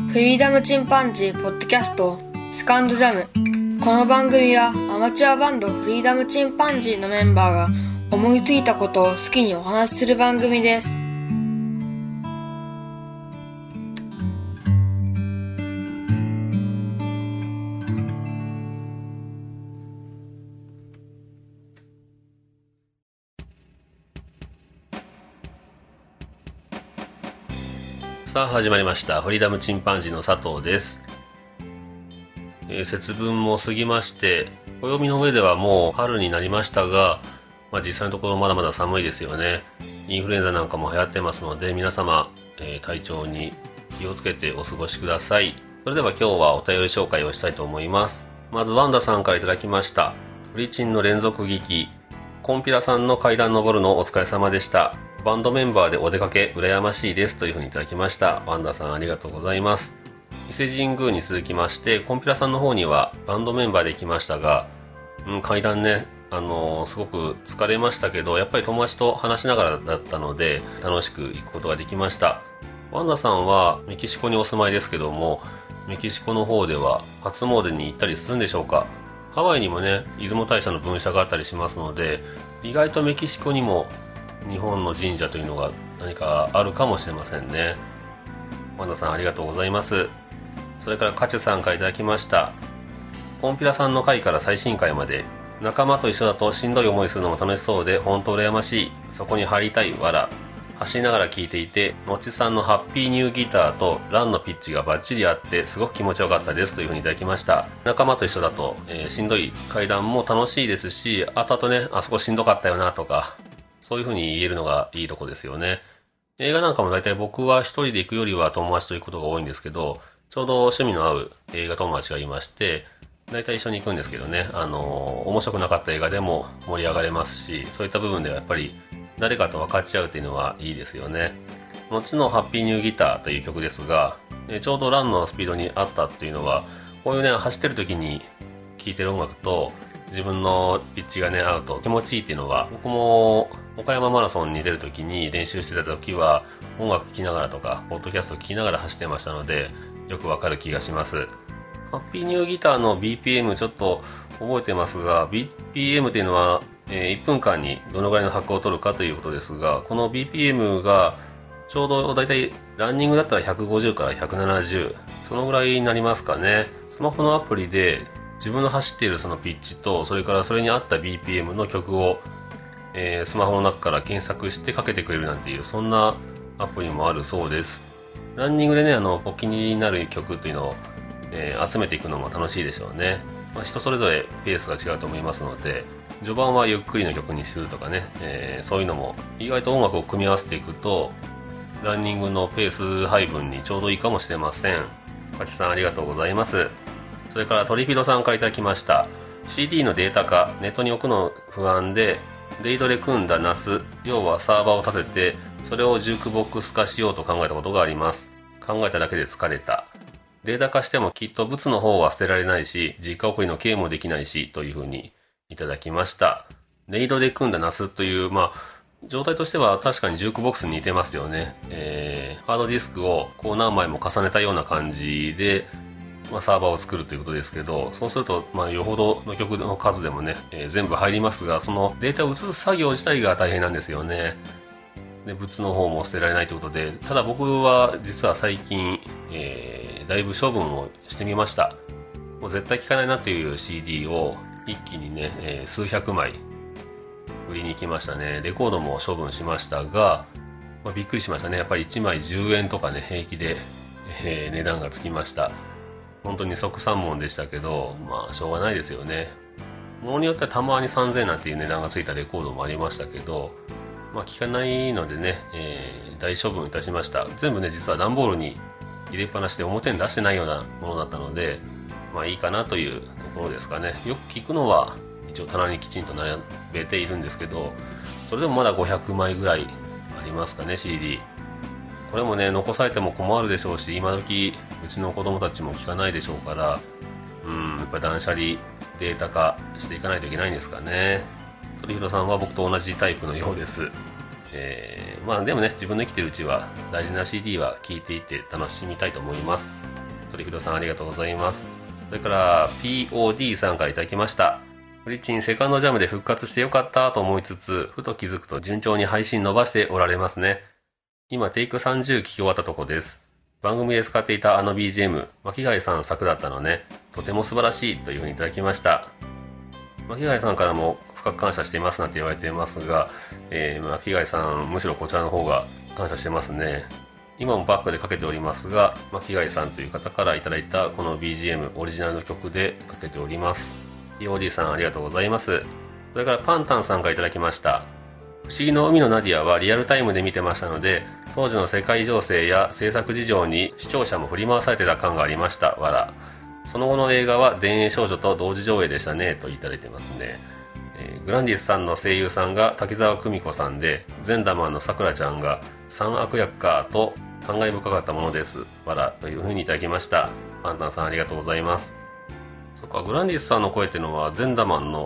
フリーダムチンパンジーポッドキャストセカンドジャム。この番組はアマチュアバンドフリーダムチンパンジーのメンバーが思いついたことを好きにお話しする番組です。 さあ始まりましたフリーダムチンパンジーの佐藤です。節分も過ぎまして、暦の上ではもう春になりましたが、実際のところまだまだ寒いですよね。インフルエンザなんかも流行ってますので、皆様、体調に気をつけてお過ごしください。それでは今日はお便り紹介をしたいと思います。まずワンダさんからいただきました。フリチンの連続劇、コンピラさんの階段登るのお疲れ様でした。バンドメンバーでお出かけ羨ましいですというふうにいただきました。ワンダさんありがとうございます。伊勢神宮に続きまして、コンピラさんの方にはバンドメンバーで行きましたが、階段ね、すごく疲れましたけど、やっぱり友達と話しながらだったので楽しく行くことができました。ワンダさんはメキシコにお住まいですけども、メキシコの方では初詣に行ったりするんでしょうか。ハワイにもね、出雲大社の分社があったりしますので、意外とメキシコにも日本の神社というのが何かあるかもしれませんね。ワンダさんありがとうございます。それからカチュさんからいただきました。コンピラさんの回から最新回まで仲間と一緒だとしんどい思いするのも楽しそうで本当羨ましい。そこに入りたいわら。走りながら聞いていて、のちさんのハッピーニューギターとランのピッチがバッチリあってすごく気持ちよかったですというふうにいただきました。仲間と一緒だと、しんどい階段も楽しいですし、あとね、あそこしんどかったよなとか、そういうふうに言えるのがいいとこですよね。映画なんかも大体僕は一人で行くよりは友達と行くことが多いんですけど、ちょうど趣味の合う映画友達がいまして、大体一緒に行くんですけどね、面白くなかった映画でも盛り上がれますし、そういった部分ではやっぱり誰かと分かち合うっていうのはいいですよね。後のハッピーニューギターという曲ですが、ちょうどランのスピードに合ったっていうのは、こういうね、走ってる時に聴いてる音楽と自分のピッチがね、合うと気持ちいいっていうのは、僕も岡山マラソンに出る時に練習してた時は音楽聴きながらとか、ポッドキャスト聴きながら走ってましたので、よくわかる気がします。ハッピーニューギターの BPM ちょっと覚えてますが、 BPM っていうのは1分間にどのぐらいの拍を取るかということですが、この BPM がちょうどだいたいランニングだったら150から170、そのぐらいになりますかね。スマホのアプリで自分の走っているそのピッチと、それからそれに合った BPM の曲を、スマホの中から検索してかけてくれるなんていう、そんなアプリもあるそうです。ランニングでね、お気になる曲というのを、集めていくのも楽しいでしょうね。人それぞれペースが違うと思いますので、序盤はゆっくりの曲にするとかね、そういうのも意外と音楽を組み合わせていくとランニングのペース配分にちょうどいいかもしれません。カチさんありがとうございます。それからトリフィドさんからいただきました。 CD のデータ化、ネットに置くの不安でレイドで組んだ NAS、 要はサーバーを立ててそれをジュークボックス化しようと考えたことがあります。考えただけで疲れた。データ化してもきっと物の方は捨てられないし、実家送りの経営もできないし、というふうにいただきました。レイドで組んだ NAS という、状態としては確かにジュークボックスに似てますよね。ハードディスクをこう何枚も重ねたような感じで、サーバーを作るということですけど、そうすると、よほどの曲の数でもね、全部入りますが、そのデータを移す作業自体が大変なんですよね。で、物の方も捨てられないということで、ただ僕は実は最近、だいぶ処分をしてみました。もう絶対聴かないなという CD を一気にね、数百枚売りに行きましたね。レコードも処分しましたが、びっくりしましたね。やっぱり1枚10円とかね、平気で、値段がつきました。本当に即3本でしたけど、しょうがないですよね。ものによってはたまに3000円なんていう値段がついたレコードもありましたけど、聞かないのでね、大処分いたしました。全部ね、実は段ボールに入れっぱなしで表に出してないようなものだったので、いいかなというところですかね。よく聞くのは一応棚にきちんと並べているんですけど、それでもまだ500枚ぐらいありますかね、 CD。 これもね、残されても困るでしょうし、今時うちの子供たちも聞かないでしょうから、やっぱり断捨離データ化していかないといけないんですかね。鳥広さんは僕と同じタイプのようです。でもね、自分の生きてるうちは大事な CD は聴いていって楽しみたいと思います。 鳥広さんありがとうございます。それから POD さんからいただきました。フリチンセカンドジャムで復活してよかったと思いつつ、ふと気づくと順調に配信伸ばしておられますね。今テイク30聞き終わったとこです。番組で使っていたあの BGM、巻貝さん作だったのね、とても素晴らしいというふうにいただきました。巻貝さんからも深く感謝していますなんて言われていますが、巻貝さんむしろこちらの方が感謝してますね。今もバックでかけておりますが、巻貝さんという方からいただいたこの BGM オリジナルの曲でかけております。 POD さんありがとうございます。それからパンタンさんからいただきました。不思議の海のナディアはリアルタイムで見てましたので、当時の世界情勢や制作事情に視聴者も振り回されてた感がありました。わら。その後の映画は田園少女と同時上映でしたねといただいてますね。グランディスさんの声優さんが滝沢久美子さんで、ゼンダマンのさくらちゃんが三悪役かと感慨深かったものです。わらというふうにいただきました。パンタンさんありがとうございます。そっか、グランディスさんの声っていうのはゼンダマン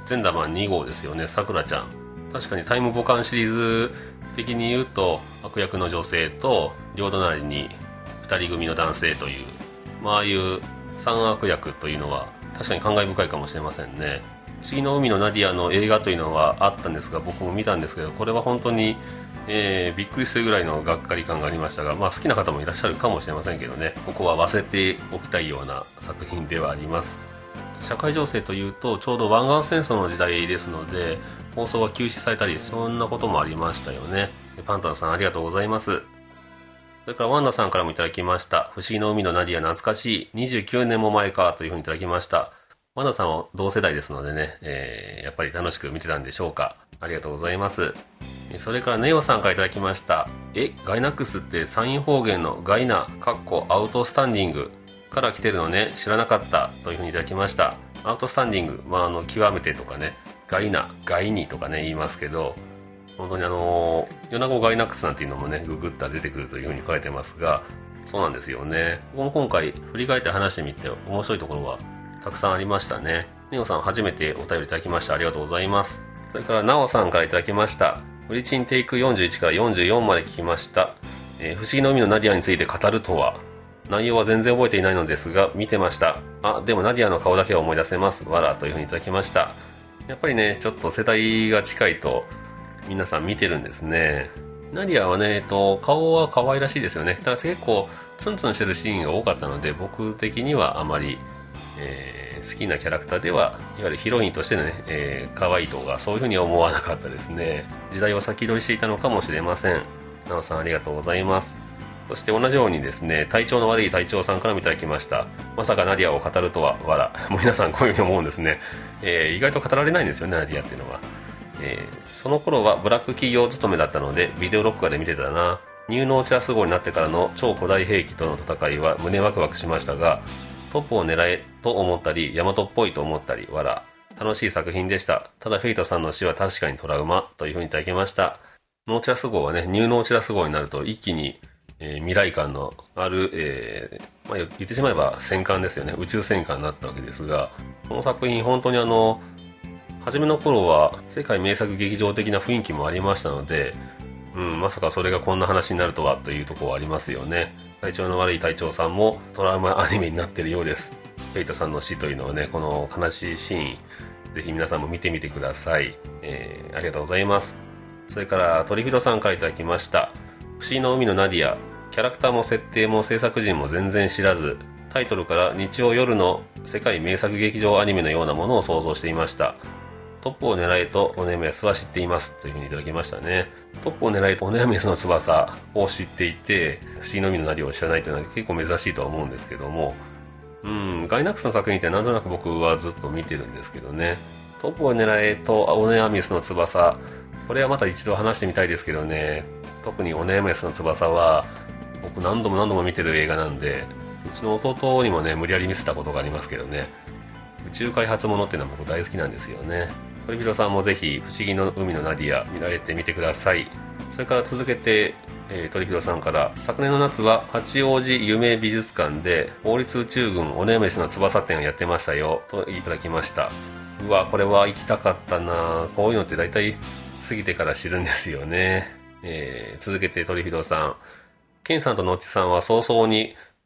2号ですよね。さくらちゃん。確かにタイムボカンシリーズ的に言うと、悪役の女性と両隣に2人組の男性という、ああいう三悪役というのは確かに感慨深いかもしれませんね。不思議の海のナディアの映画というのはあったんですが、僕も見たんですけど、これは本当に、びっくりするぐらいのがっかり感がありましたが、好きな方もいらっしゃるかもしれませんけどね、ここは忘れておきたいような作品ではあります。社会情勢というとちょうど湾岸戦争の時代ですので、放送が休止されたりそんなこともありましたよね。パンタンさんありがとうございます。それからワンダさんからもいただきました。不思議の海のナディア懐かしい、29年も前かというふうにいただきました。ワンダさんは同世代ですのでね、やっぱり楽しく見てたんでしょうか。ありがとうございます。それからネオさんからいただきました。ガイナックスって山陰方言のガイナアウトスタンディングから来てるのね、知らなかったというふうにいただきました。アウトスタンディング、極めてとかね、ガイナ、ガイニとかね言いますけど、本当に米子ガイナックスなんていうのもねググったら出てくるというふうに書かれてますが、そうなんですよね。僕も今回振り返って話してみて面白いところはたくさんありましたね。ネオさん初めてお便りいただきました。ありがとうございます。それからナオさんからいただきました。フリチンテイク41から44まで聞きました。不思議の海のナディアについて語るとは。内容は全然覚えていないのですが見てました。でもナディアの顔だけは思い出せます。わらというふうにいただきました。やっぱりねちょっと世代が近いと皆さん見てるんですね。ナディアはね、顔は可愛らしいですよね。ただ結構ツンツンしてるシーンが多かったので、僕的にはあまり、好きなキャラクターではいわゆるヒロインとしてのね、可愛いとかそういうふうには思わなかったですね。時代を先取りしていたのかもしれません。なおさんありがとうございます。そして同じようにですね、体調の悪い隊長さんからもいただきました。まさかナディアを語るとは、わら。もう皆さんこういうふうに思うんですね。意外と語られないんですよね、ナディアっていうのは。その頃はブラック企業勤めだったのでビデオ録画で見てたな。ニューノーチラス号になってからの超古代兵器との戦いは胸ワクワクしましたが、トップを狙えと思ったりヤマトっぽいと思ったり、わら。楽しい作品でした。ただフェイトさんの死は確かにトラウマというふうにいただきました。ノーチラス号はね、ニューノーチラス号になると一気に未来感のある、言ってしまえば戦艦ですよね。宇宙戦艦になったわけですが、この作品本当に初めの頃は世界名作劇場的な雰囲気もありましたので、まさかそれがこんな話になるとはというところはありますよね。体調の悪い隊長さんもトラウマアニメになっているようです。フェイトさんの死というのはね、この悲しいシーンぜひ皆さんも見てみてください。ありがとうございます。それからトリフィドさんからいただきました。不思議の海のナディア、キャラクターも設定も制作陣も全然知らず、タイトルから日曜夜の世界名作劇場アニメのようなものを想像していました。トップを狙えとオネアメスは知っていますというふうにいただきましたね。トップを狙えとオネアメスの翼を知っていて、不思議の海のナディアを知らないというのは結構珍しいとは思うんですけども、ガイナックスの作品ってなんとなく僕はずっと見てるんですけどね。トップを狙えとオネアメスの翼、これはまた一度話してみたいですけどね。特にオネアメスの翼は僕何度も見てる映画なんで、うちの弟にもね無理やり見せたことがありますけどね。宇宙開発ものっていうのは僕大好きなんですよね。トリビドさんもぜひ不思議の海のナディア見られてみてください。それから続けて、トリビドさんから昨年の夏は八王子夢美術館で法律宇宙軍オネアメスの翼展をやってましたよといただきました。うわ、これは行きたかったな。こういうのって大体過ぎてから知るんですよね。続けてトリフィドさん、ケンさんとノッチさんは早々に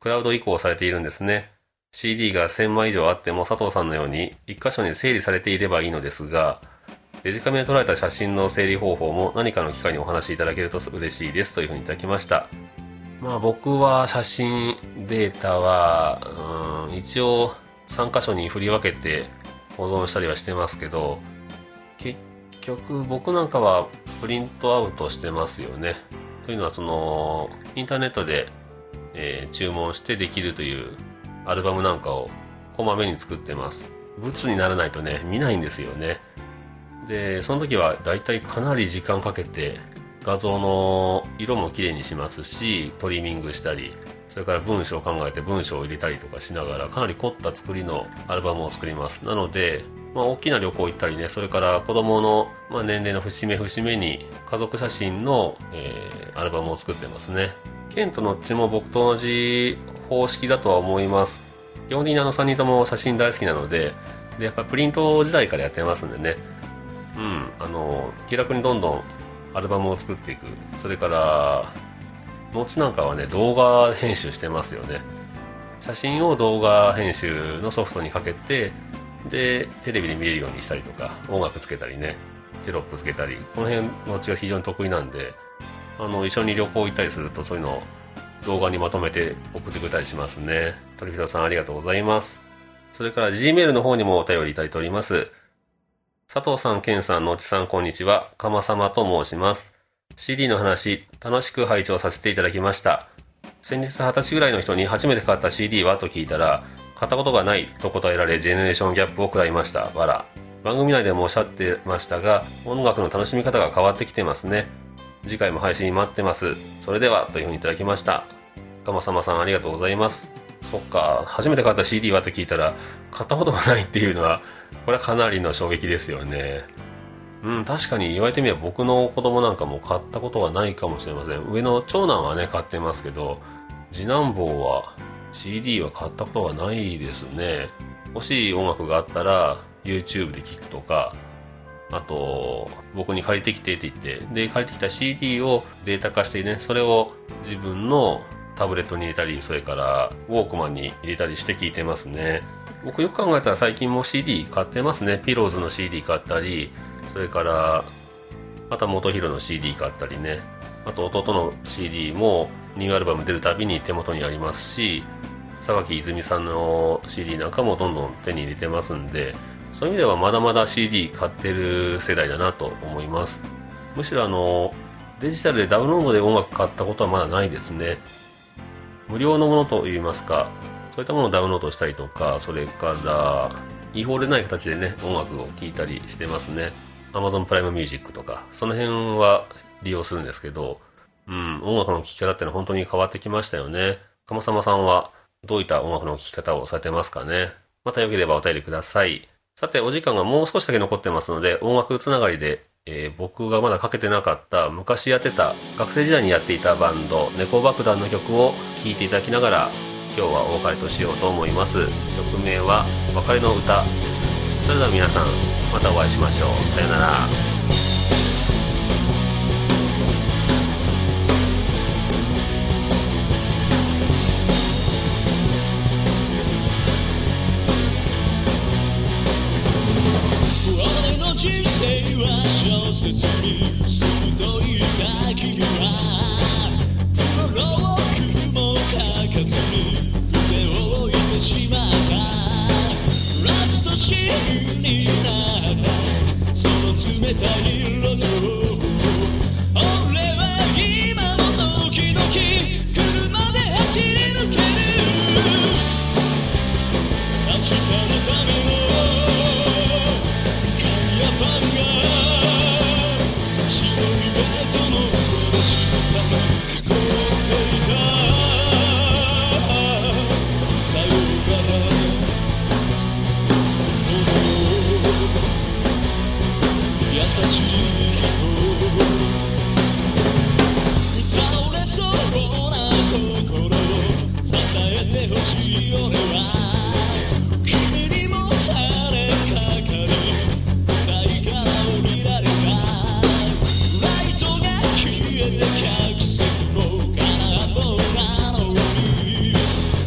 クラウド移行されているんですね。CD が1000枚以上あっても佐藤さんのように1箇所に整理されていればいいのですが、デジカメで撮られた写真の整理方法も何かの機会にお話しいただけると嬉しいですというふうにいただきました。僕は写真データは一応3箇所に振り分けて保存したりはしてますけど、結局僕なんかはプリントアウトしてますよね。というのはインターネットで、注文してできるというアルバムなんかをこまめに作ってます。物にならないとね見ないんですよね。でその時はだいたいかなり時間かけて画像の色もきれいにしますし、トリミングしたり、それから文章を考えて文章を入れたりとかしながらかなり凝った作りのアルバムを作ります。なので大きな旅行行ったりね、それから子供の、年齢の節目節目に家族写真の、アルバムを作ってますね。ケンとノッチも僕と同じ方式だとは思います。基本的に3人とも写真大好きなので、やっぱプリント時代からやってますんでね、気楽にどんどんアルバムを作っていく。それからノッチなんかはね動画編集してますよね。写真を動画編集のソフトにかけて、でテレビで見れるようにしたりとか、音楽つけたりね、テロップつけたり、この辺ノッチが非常に得意なんで、一緒に旅行行ったりするとそういうのを動画にまとめて送ってくれたりしますね。トリフィドさんありがとうございます。それから Gmail の方にもお便りいただいております。佐藤さん、ケンさん、のちさん、こんにちは。かまさまと申します。CD の話、楽しく拝聴させていただきました。先日20歳ぐらいの人に初めて買った CD はと聞いたら、買ったことがないと答えられ、ジェネレーションギャップを食らいました。わら。番組内でもおっしゃってましたが、音楽の楽しみ方が変わってきてますね。次回も配信待ってます。それでは、というふうにいただきました。かまさまさんありがとうございます。そっか、初めて買った CD はと聞いたら、買ったことがないっていうのは、これはかなりの衝撃ですよね。確かに言われてみれば僕の子供なんかも買ったことがないかもしれません。上の長男はね、買ってますけど、次男坊は CD は買ったことがないですね。欲しい音楽があったら YouTube で聴くとか、あと僕に借りてきてって言って、で借りてきた CD をデータ化してね、それを自分のタブレットに入れたり、それからウォークマンに入れたりして聴いてますね。僕よく考えたら最近も CD 買ってますね。ピローズの CD 買ったり、それからまた元弘の CD 買ったりね、あと弟の CD もニューアルバム出るたびに手元にありますし、榊泉さんの CD なんかもどんどん手に入れてますんで、そういう意味ではまだまだ CD 買ってる世代だなと思います。むしろデジタルでダウンロードで音楽買ったことはまだないですね。無料のものといいますか、そういったものをダウンロードしたりとか、それから違法でない形でね音楽を聴いたりしてますね。 Amazon プライムミュージックとかその辺は利用するんですけど、音楽の聴き方ってのは本当に変わってきましたよね。かまさまさんはどういった音楽の聴き方をされてますかね。またよければお便りください。さてお時間がもう少しだけ残ってますので、音楽つながりで、僕がまだかけてなかった昔やってた学生時代にやっていたバンド猫爆弾の曲を聴いていただきながら今日はお別れとしようと思います。曲名は別れの歌です。それでは皆さんまたお会いしましょう。さよなら。 人生は小説にすると言った君はプロローグも書かずに筆を置いてしまった。ラストシーンになったその冷たい路上、俺は今も時々車で走り抜ける。明日のためのパンが白いベッドの上で静かに凍っていた。さよなら優しい人、倒れそうな心を支えてほしい。俺は君にもされかかる客席も空っぽなのに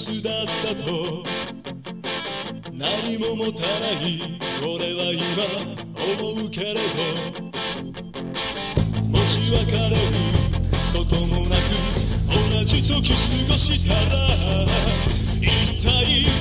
スだったと何も持たない俺は今思うけれど、もし別れることもなく同じ時過ごしたら一体